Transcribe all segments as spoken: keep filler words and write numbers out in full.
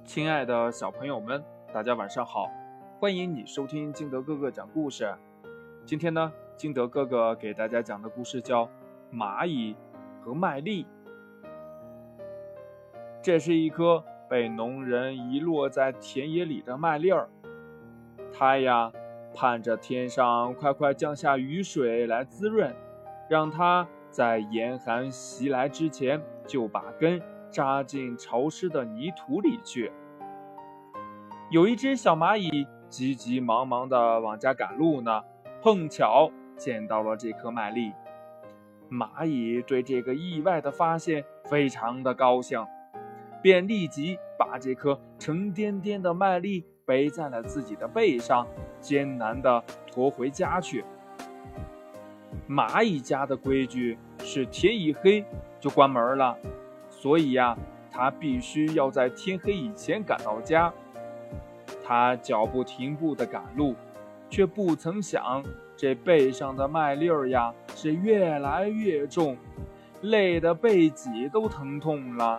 亲爱的小朋友们，大家晚上好，欢迎你收听金德哥哥讲故事。今天呢，金德哥哥给大家讲的故事叫《蚂蚁和麦粒》。这是一颗被农人遗落在田野里的麦粒儿，它呀盼着天上快快降下雨水来滋润，让它在严寒袭来之前就把根扎进潮湿的泥土里去。有一只小蚂蚁急急忙忙地往家赶路呢，碰巧见到了这颗麦粒。蚂蚁对这个意外的发现非常的高兴，便立即把这颗沉甸甸的麦粒背在了自己的背上，艰难地驮回家去。蚂蚁家的规矩是天一黑就关门了，所以呀，它必须要在天黑以前赶到家。它脚不停步地赶路，却不曾想这背上的麦粒儿呀是越来越重，累得背脊都疼痛了。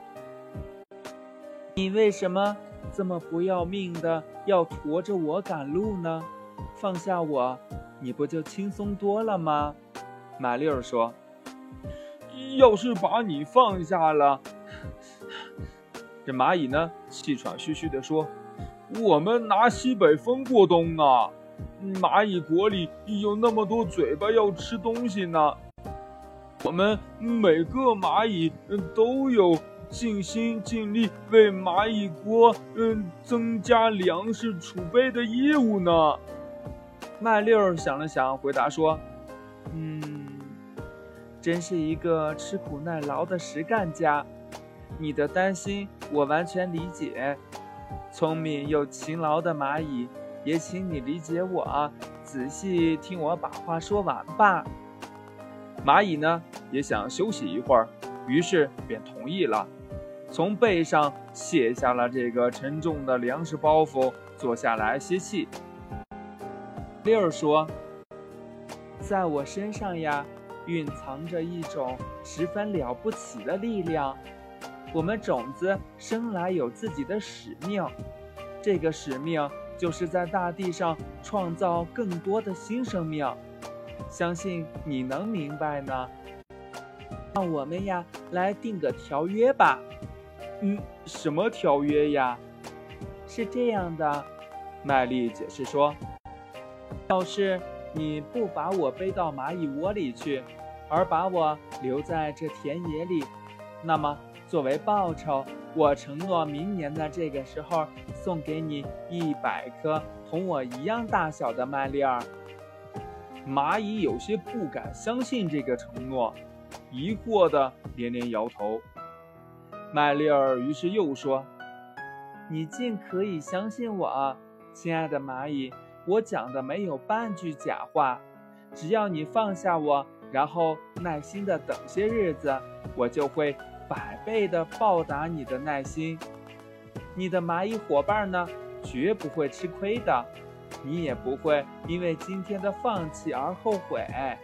你为什么这么不要命的要驮着我赶路呢？放下我，你不就轻松多了吗？麦粒儿说。要是把你放下了，这蚂蚁呢气喘吁吁地说，我们拿西北风过冬啊，蚂蚁国里有那么多嘴巴要吃东西呢，我们每个蚂蚁都有尽心尽力为蚂蚁国嗯增加粮食储备的义务呢。麦粒儿想了想，回答说，嗯，真是一个吃苦耐劳的实干家，你的担心我完全理解。聪明又勤劳的蚂蚁，也请你理解我，仔细听我把话说完吧。蚂蚁呢，也想休息一会儿，于是便同意了，从背上卸下了这个沉重的粮食包袱，坐下来歇气。粒儿说，在我身上呀，蕴藏着一种十分了不起的力量。我们种子生来有自己的使命，这个使命就是在大地上创造更多的新生命。相信你能明白呢。让我们呀来定个条约吧。嗯，什么条约呀？是这样的，麦粒解释说，要是你不把我背到蚂蚁窝里去，而把我留在这田野里，那么作为报酬，我承诺明年的这个时候送给你一百颗同我一样大小的麦粒儿。蚂蚁有些不敢相信这个承诺，疑惑地连连摇头。麦粒儿于是又说，你尽可以相信我，亲爱的蚂蚁，我讲的没有半句假话。只要你放下我，然后耐心地等些日子，我就会百倍地报答你的耐心。你的蚂蚁伙伴呢，绝不会吃亏的，你也不会因为今天的放弃而后悔。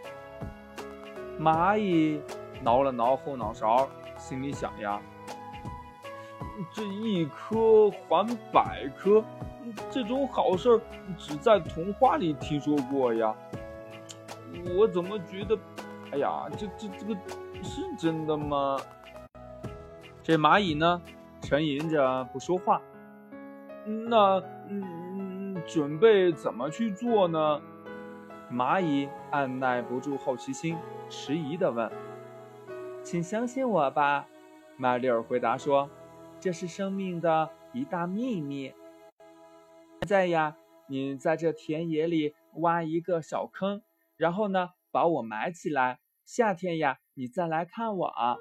蚂蚁挠了挠后脑勺，心里想呀，这一颗还百颗，这种好事只在童话里听说过呀，我怎么觉得，哎呀，这这这个是真的吗？这蚂蚁呢，沉吟着不说话。那嗯，准备怎么去做呢？蚂蚁按耐不住好奇心，迟疑地问。请相信我吧，麦粒儿回答说，这是生命的一大秘密。现在呀，你在这田野里挖一个小坑，然后呢，把我埋起来。夏天呀，你再来看我啊。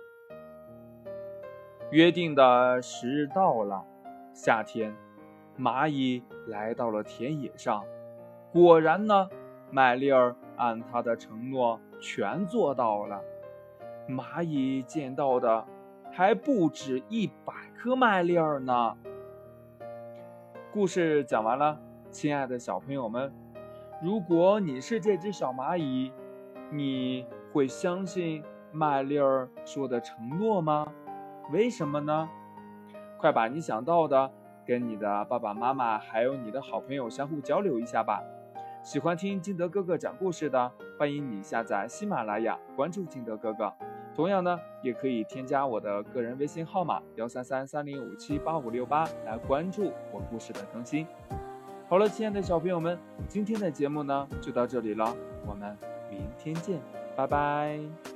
约定的时日到了，夏天，蚂蚁来到了田野上。果然呢，麦粒儿按他的承诺全做到了。蚂蚁见到的还不止一百颗麦粒儿呢。故事讲完了，亲爱的小朋友们，如果你是这只小蚂蚁，你会相信麦粒儿说的承诺吗？为什么呢？ 快把你想到的跟你的爸爸妈妈还有你的好朋友相互交流一下吧。喜欢听金德哥哥讲故事的，欢迎你下载喜马拉雅，关注金德哥哥。同样呢，也可以添加我的个人微信号码幺三三三零五七八五六八来关注我故事的更新。好了，亲爱的小朋友们，今天的节目呢就到这里了，我们明天见，拜拜。